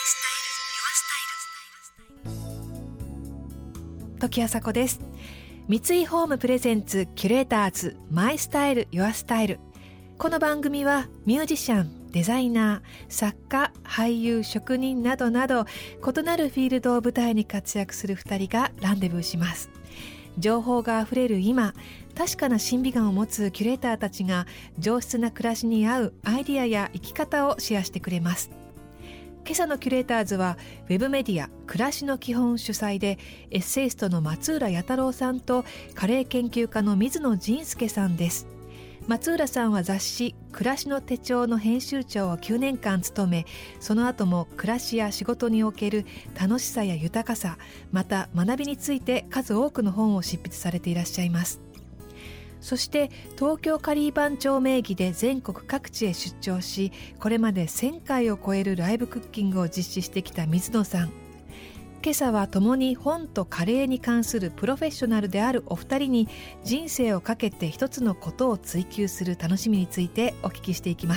時あさこです。三井ホームプレゼンツキュレーターズマイスタイルユアスタイル。この番組はミュージシャン、デザイナー、作家、俳優、職人などなど異なるフィールドを舞台に活躍する2人がランデブーします。情報があふれる今、確かな審美眼を持つキュレーターたちが上質な暮らしに合うアイディアや生き方をシェアしてくれます。今朝のキュレーターズはウェブメディア暮らしの基本主催でエッセイストの松浦弥太郎さんとカレー研究家の水野仁介さんです。松浦さんは雑誌暮らしの手帳の編集長を9年間務め、その後も暮らしや仕事における楽しさや豊かさ、また学びについて数多くの本を執筆されていらっしゃいます。そして東京カリー番長名義で全国各地へ出張し、これまで1000回を超えるライブクッキングを実施してきた水野さん。今朝は共に本とカレーに関するプロフェッショナルであるお二人に、人生をかけて一つのことを追求する楽しみについてお聞きしていきます。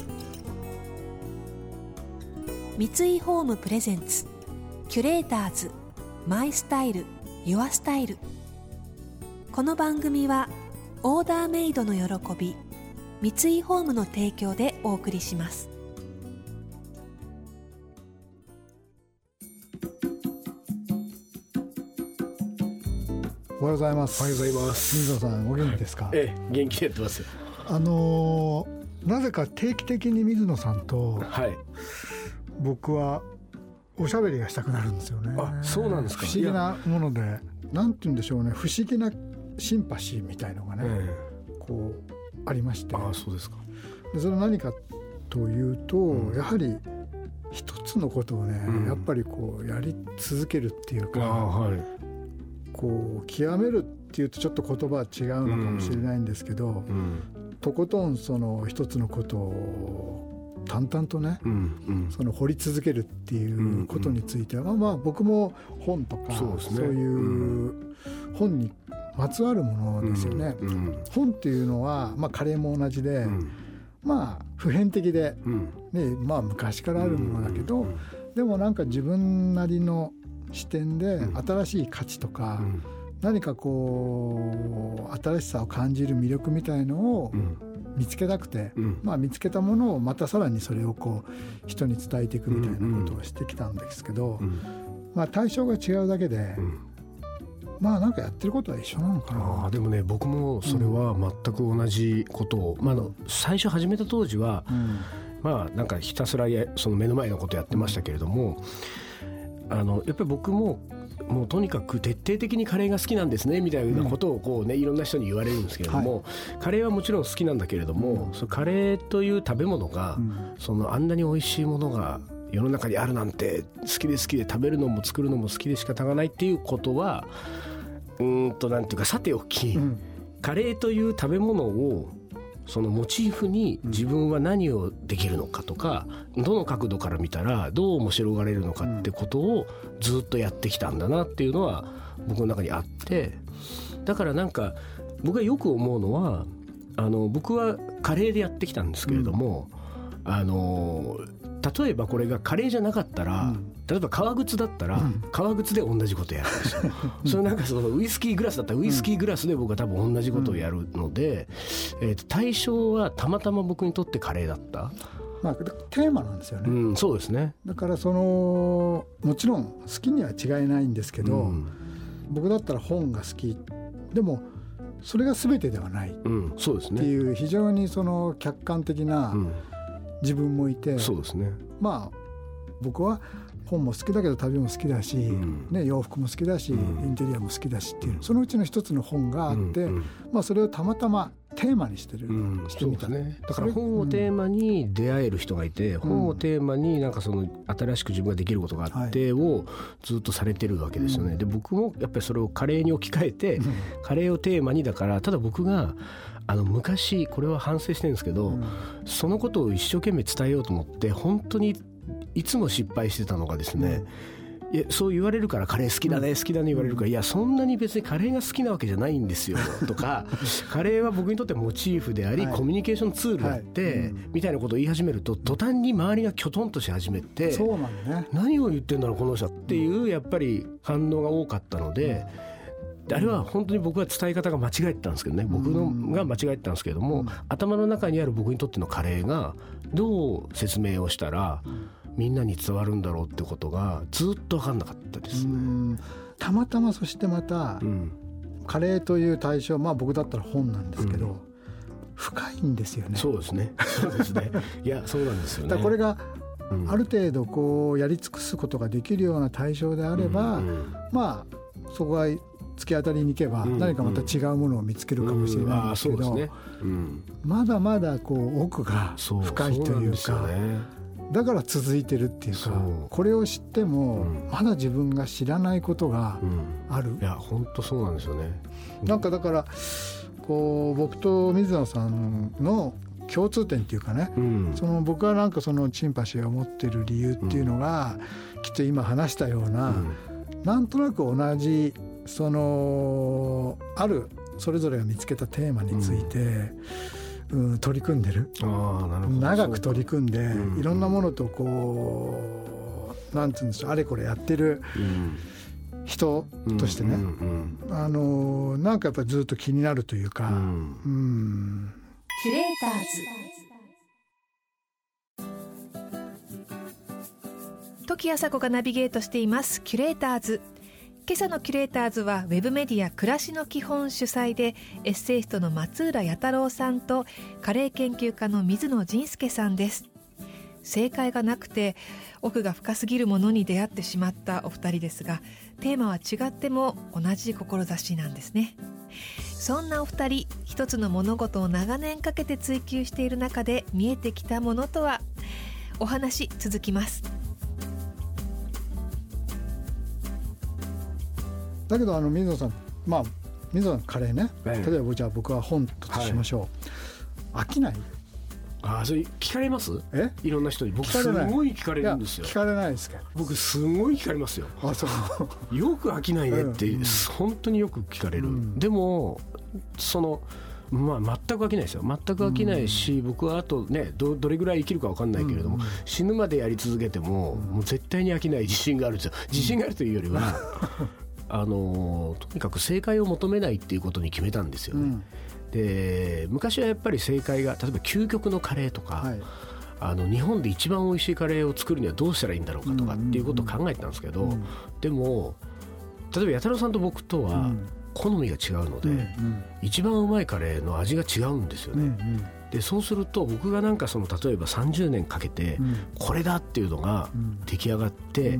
三井ホームプレゼンツキュレーターズマイスタイルユアスタイル。この番組はオーダーメイドの喜び、三井ホームの提供でお送りします。 おはようございます。 おはようございます。 水野さん、お元気ですか？ 元気でやってます。 なぜか定期的に水野さんと、僕はおしゃべりがしたくなるんですよね。 あ、そうなんですか。 不思議なもので、なんて言うんでしょうね、不思議なシンパシーみたいのがね、こうありまして。 あ、そうですか。 でそれ何かというと、やはり一つのことをね、やっぱりこうやり続けるっていうか、こう極めるっていうとちょっと言葉は違うのかもしれないんですけど、とことんその一つのことを淡々とね、その掘り続けるっていうことについては、まあ僕も本とかそういう本にまつわるものですよね。本っていうのは、まあ、カレーも同じで、まあ普遍的で、まあ昔からあるものだけど、でもなんか自分なりの視点で新しい価値とか、何かこう新しさを感じる魅力みたいのを見つけたくて、まあ、見つけたものをまたさらにそれをこう人に伝えていくみたいなことをしてきたんですけど、まあ、対象が違うだけで、まあなんかやってることは一緒なのかな。 でもね、僕もそれは全く同じことを、最初始めた当時は、まあなんかひたすらその目の前のことやってましたけれども、やっぱり僕ももうとにかく徹底的にカレーが好きなんですねみたいなことをこう、いろんな人に言われるんですけれども、カレーはもちろん好きなんだけれども、そのカレーという食べ物が、そのあんなに美味しいものが世の中にあるなんて、好きで食べるのも作るのも好きで仕方がないっていうことは、なんていうか、さておき、カレーという食べ物をそのモチーフに自分は何をできるのかとか、どの角度から見たらどう面白がれるのかってことをずっとやってきたんだなっていうのは僕の中にあって、だからなんか僕がよく思うのは、僕はカレーでやってきたんですけれども、例えばこれがカレーじゃなかったら、例えば革靴だったら、革靴で同じことやるんですよ。それなんかそのウイスキーグラスだったらウイスキーグラスで僕は多分同じことをやるので、対象はたまたま僕にとってカレーだった。 まあ、テーマなんですよね。 そうですね。 だからもちろん好きには違いないんですけど、僕だったら本が好きでもそれが全てではないっていう非常にその客観的な自分もいて、 そうですね。 まあ僕は本も好きだけど旅も好きだし、洋服も好きだし、インテリアも好きだしっていう、そのうちの一つの本があって、まあ、それをたまたまテーマにしてみた、 だから本をテーマに出会える人がいて、本をテーマになんかその新しく自分ができることがあってをずっとされてるわけですよね。で僕もやっぱりそれをカレーに置き換えて、カレーをテーマに、だからただ僕が昔これは反省してるんですけど、そのことを一生懸命伝えようと思って本当にいつも失敗してたのがですね、 いやそう言われるからカレー好きだね、好きだね言われるから、いやそんなに別にカレーが好きなわけじゃないんですよとかカレーは僕にとってモチーフであり、コミュニケーションツールであって、みたいなことを言い始めると途端に周りがきょとんとし始めて、 そうなんね、 何を言ってんだろうこの人っていうやっぱり反応が多かったので、あれは本当に僕は伝え方が間違えてたんですけどね、僕のが間違えてたんですけども、頭の中にある僕にとってのカレーがどう説明をしたらみんなに伝わるんだろうってことがずっと分かんなかったです。 たまたまそしてまた、カレーという対象、僕だったら本なんですけど、深いんですよね。 そうですね、そうですねいやそうなんですよね。 だからこれがある程度こうやり尽くすことができるような対象であれば、そこが突き当たりに行けば何かまた違うものを見つけるかもしれないんですけど、まだまだこう奥が深いというか、だから続いてるっていうか、これを知ってもまだ自分が知らないことがある。 いや本当そうなんですよね。 なんかだからこう僕と水野さんの共通点っていうかね、その僕はなんかそのシンパシーを持ってる理由っていうのが、きっと今話したような、なんとなく同じそのあるそれぞれが見つけたテーマについて、取り組んでる。長く取り組んで、いろんなものとこうなんていうんでしょう、あれこれやってる人としてね、なんかやっぱりずっと気になるというか、キュレーターズ時あさこがナビゲートしていますキュレーターズ。今朝のキュレーターズはウェブメディア暮らしの基本主催でエッセイストの松浦弥太郎さんとカレー研究家の水野仁介さんです。正解がなくて奥が深すぎるものに出会ってしまったお二人ですが、テーマは違っても同じ志なんですね。そんなお二人、一つの物事を長年かけて追求している中で見えてきたものとは。お話続きます。 だけど水野さん、水野さんカレーね、例えばじゃあ僕は本としましょう、飽きない？ それ聞かれます？いろんな人に。僕すごい聞かれるんですよ。 聞かれないですか？ 僕すごい聞かれますよ。そうよく飽きないねって、本当によく聞かれる。でもその全く飽きないですよ。全く飽きないし、僕はあとね どれぐらい生きるか分かんないけれども、死ぬまでやり続けても、もう絶対に飽きない自信があるんですよ。自信があるというよりはとにかく正解を求めないっていうことに決めたんですよね。で昔はやっぱり正解が例えば究極のカレーとか、日本で一番美味しいカレーを作るにはどうしたらいいんだろうかとかっていうことを考えてたんですけど、でも例えば弥太郎さんと僕とは好みが違うので、一番うまいカレーの味が違うんですよね。でそうすると僕がなんかその例えば30年かけてこれだっていうのが出来上がって、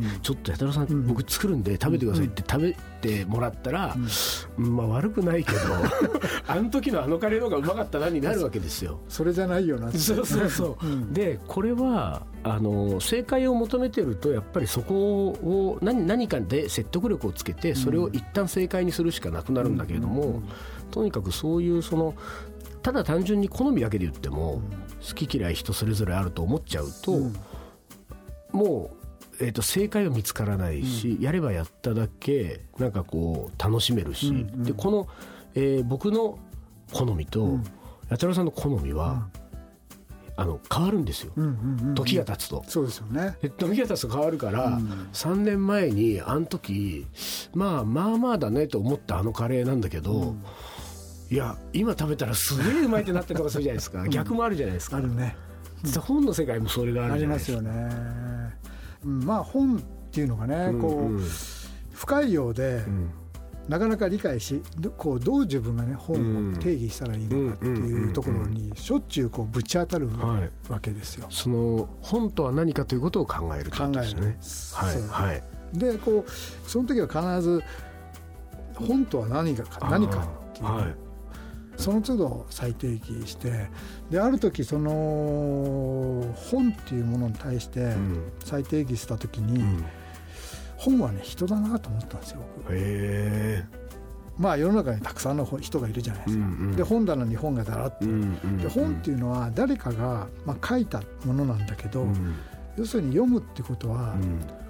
ちょっと弥太郎さん僕作るんで食べてくださいって食べてもらったら、悪くないけどあの時のあのカレーの方がうまかったなになるわけですよ。 それじゃないよなって。 そうでこれは正解を求めてるとやっぱりそこを何かで説得力をつけてそれを一旦正解にするしかなくなるんだけれども、とにかくそういうただ単純に好みだけで言っても、好き嫌い人それぞれあると思っちゃうと、もう、正解は見つからないし、やればやっただけなんかこう楽しめるし、でこの、僕の好みと弥太郎さんの好みは、変わるんですよ、時が経つと。 そうですよね。 時が経つと変わるから、3年前にあの時まあだねと思ったあのカレーなんだけど、いや今食べたらすげえうまいってなってるとかするじゃないですか。逆もあるじゃないですか。 あるね。 本の世界もそれがあるじゃないですか。 ありますよね。本っていうのがね、こう深いようで、なかなか理解しどう自分がね本を定義したらいいのかっていうところにしょっちゅうこうぶち当たるわけですよ。 その本とは何かということを考えるということですね。 でこうその時は必ず本とは何かっていう、その都度再定義して、である時その本っていうものに対して再定義した時に、本はね人だなと思ったんですよ僕。世の中にたくさんの人がいるじゃないですか、で本棚に本がだらっと、で本っていうのは誰かが、書いたものなんだけど、要するに読むってことは、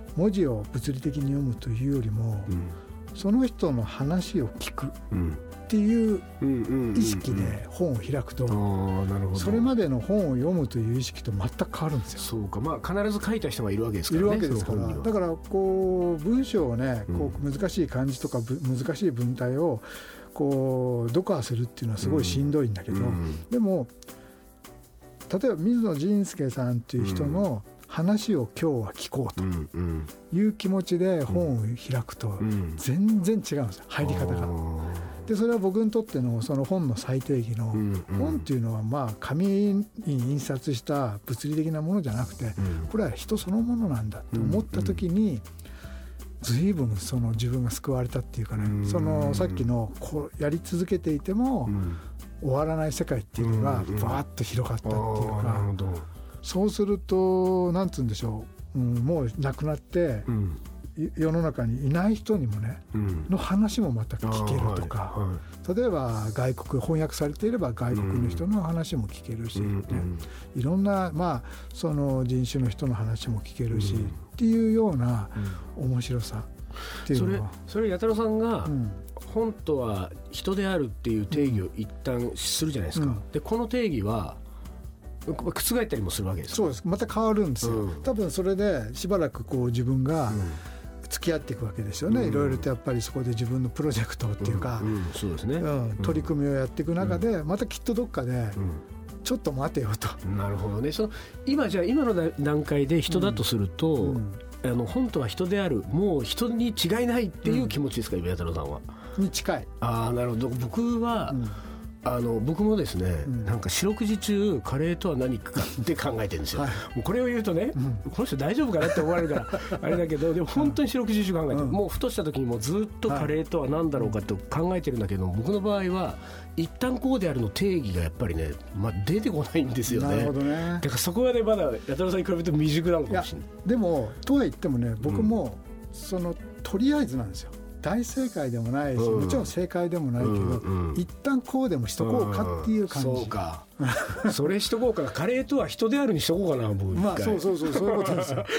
文字を物理的に読むというよりも、その人の話を聞くっていう意識で本を開くと、それまでの本を読むという意識と全く変わるんですよ。 そうか、必ず書いた人がいるわけですからね。 いるわけですから。だからこう文章をね、こう難しい漢字とか難しい文体をこう読破するっていうのはすごいしんどいんだけど、でも例えば水野仁介さんっていう人の話を今日は聞こうという気持ちで本を開くと全然違うんですよ、入り方が。でそれは僕にとってのその本の最定義の、本っていうのは紙に印刷した物理的なものじゃなくて、これは人そのものなんだと思った時に、随分その自分が救われたっていうかね、そのさっきのこうやり続けていても終わらない世界っていうのがバーッと広がったっていうか、そうするとなんつうんでしょう、もう亡くなって、世の中にいない人にもね、の話もまた聞けるとか、例えば外国翻訳されていれば外国の人の話も聞けるし、いろんなその人種の人の話も聞けるし、っていうような面白さっていうのは、 それ弥太郎さんが、本とは人であるっていう定義を一旦するじゃないですか。でこの定義は覆ったりもするわけですか。 そうです、また変わるんですよ。多分それでしばらくこう自分が付き合っていくわけですよね。いろいろとやっぱりそこで自分のプロジェクトっていうか、 そうですね、 取り組みをやっていく中で、またきっとどっかでちょっと待てよと。 なるほどね。今の段階で人だとすると、本とは人である、もう人に違いないっていう気持ちですか、弥太郎さんは。 に近い。 なるほど。僕は、僕もですね、なんか四六時中カレーとは何かって考えてるんですよ、もうこれを言うとね、この人大丈夫かなって思われるからあれだけど、でも本当に四六時中考えてる、もうふとした時にもうずっとカレーとは何だろうかって考えてるんだけど、僕の場合は一旦こうであるの定義がやっぱりね、出てこないんですよね。 なるほどね。 だからそこはね、まだ弥太郎さんに比べて未熟なのかもしれない。 でもとは言ってもね、僕もそのとりあえずなんですよ。大正解でもないし、もちろん正解でもないけど、一旦こうでもしとこうかっていう感じ。 そうかそれしとこうかな。カレーとは人であるにしとこうかな、僕一回。 そういうことですよ、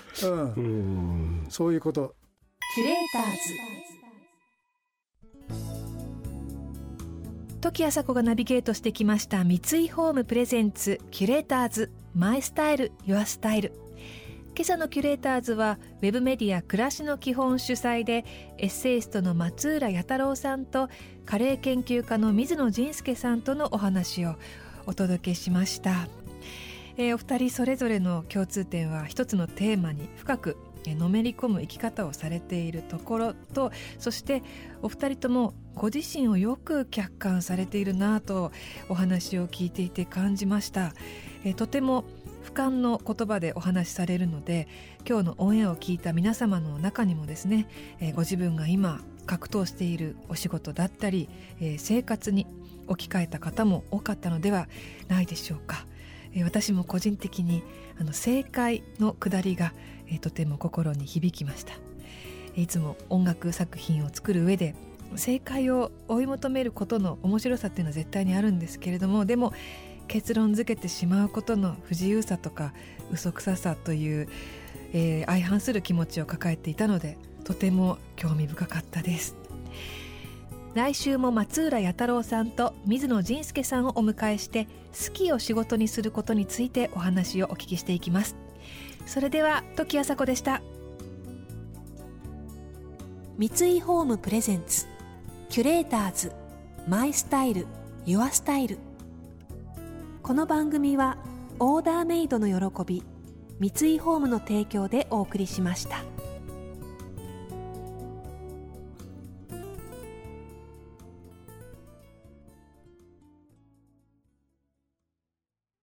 そういうこと。 キュレーターズ、時あさこがナビゲートしてきました三井ホームプレゼンツキュレーターズマイスタイルユアスタイル。今朝のキュレーターズはウェブメディア暮らしの基本主催でエッセイストの松浦弥太郎さんとカレー研究家の水野仁介さんとのお話をお届けしました。お二人それぞれの共通点は一つのテーマに深くのめり込む生き方をされているところと、そしてお二人ともご自身をよく客観されているなとお話を聞いていて感じました。とても俯瞰の言葉でお話しされるので、今日のオンエアを聞いた皆様の中にもですね、ご自分が今格闘しているお仕事だったり、生活に置き換えた方も多かったのではないでしょうか。私も個人的に正解のくだりが、とても心に響きました。いつも音楽作品を作る上で正解を追い求めることの面白さっていうのは絶対にあるんですけれども、でも結論付けてしまうことの不自由さとか嘘くささという、相反する気持ちを抱えていたので、とても興味深かったです。来週も松浦弥太郎さんと水野仁介さんをお迎えして、好きを仕事にすることについてお話をお聞きしていきます。それでは時あさこでした。三井ホームプレゼンツキュレーターズマイスタイルユアスタイル。この番組はオーダーメイドの喜び三井ホームの提供でお送りしました。